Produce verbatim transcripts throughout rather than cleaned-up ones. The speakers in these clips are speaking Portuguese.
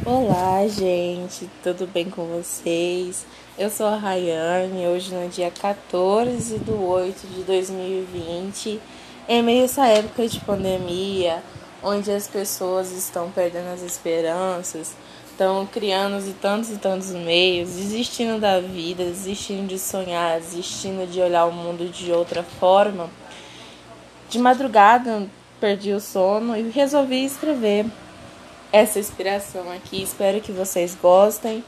Olá, gente, tudo bem com vocês? Eu sou a Rayane, hoje no dia quatorze de oito de dois mil e vinte, em meio a essa época de pandemia, onde as pessoas estão perdendo as esperanças, estão criando de tantos e tantos meios, desistindo da vida, desistindo de sonhar, desistindo de olhar o mundo de outra forma. De madrugada, perdi o sono e resolvi escrever essa inspiração aqui. Espero que vocês gostem,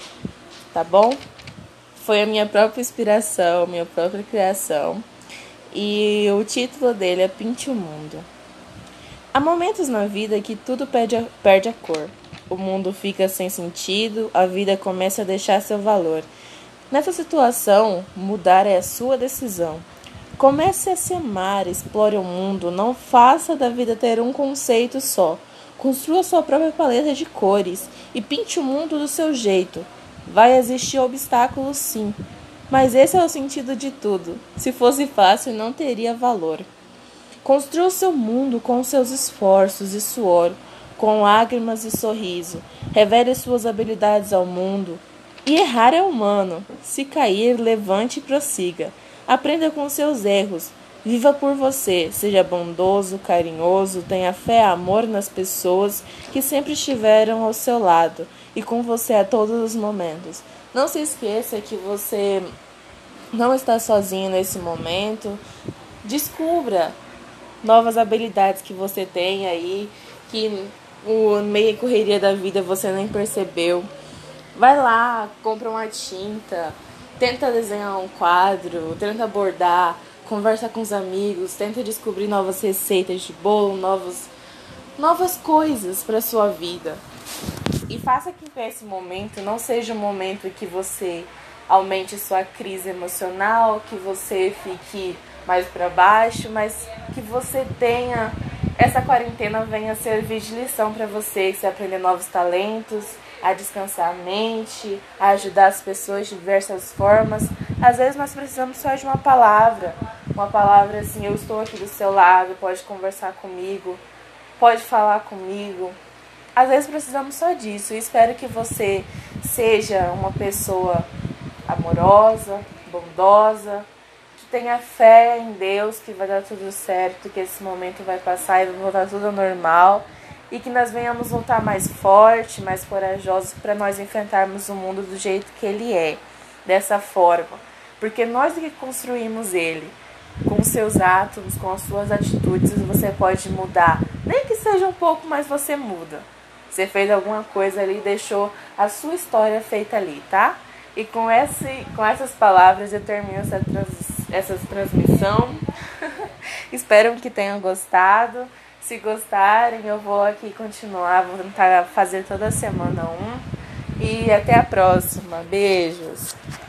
tá bom? Foi a minha própria inspiração, minha própria criação. E o título dele é Pinte o Mundo. Há momentos na vida que tudo perde a, perde a cor. O mundo fica sem sentido, a vida começa a deixar seu valor. Nessa situação, mudar é a sua decisão. Comece a se amar, explore o mundo, não faça da vida ter um conceito só. Construa sua própria paleta de cores e pinte o mundo do seu jeito. Vai existir obstáculos, sim, mas esse é o sentido de tudo. Se fosse fácil, não teria valor. Construa o seu mundo com seus esforços e suor, com lágrimas e sorriso. Revele suas habilidades ao mundo. E errar é humano. Se cair, levante e prossiga. Aprenda com seus erros. Viva por você, seja bondoso, carinhoso, tenha fé e amor nas pessoas que sempre estiveram ao seu lado e com você a todos os momentos. Não se esqueça que você não está sozinho nesse momento. Descubra novas habilidades que você tem aí, que no meio da correria da vida você nem percebeu. Vai lá, compra uma tinta, tenta desenhar um quadro, tenta bordar, conversa com os amigos, tenta descobrir novas receitas de bolo, novos, novas coisas para sua vida. E faça que esse momento não seja um momento que você aumente sua crise emocional, que você fique mais para baixo, mas que você tenha, essa quarentena venha servir de lição para você, que você aprender novos talentos, a descansar a mente, a ajudar as pessoas de diversas formas. Às vezes nós precisamos só de uma palavra, uma palavra assim, eu estou aqui do seu lado, pode conversar comigo, pode falar comigo. Às vezes precisamos só disso. Eu espero que você seja uma pessoa amorosa, bondosa, que tenha fé em Deus, que vai dar tudo certo, que esse momento vai passar e vai voltar tudo ao normal. E que nós venhamos voltar mais forte, mais corajosos para nós enfrentarmos o mundo do jeito que ele é, dessa forma. Porque nós é que construímos ele. Com os seus atos, com as suas atitudes, você pode mudar. Nem que seja um pouco, mas você muda. Você fez alguma coisa ali e deixou a sua história feita ali, tá? E com, esse, com essas palavras eu termino essa, trans, essa transmissão. Espero que tenham gostado. Se gostarem, eu vou aqui continuar, vou tentar fazer toda semana um. E até a próxima. Beijos!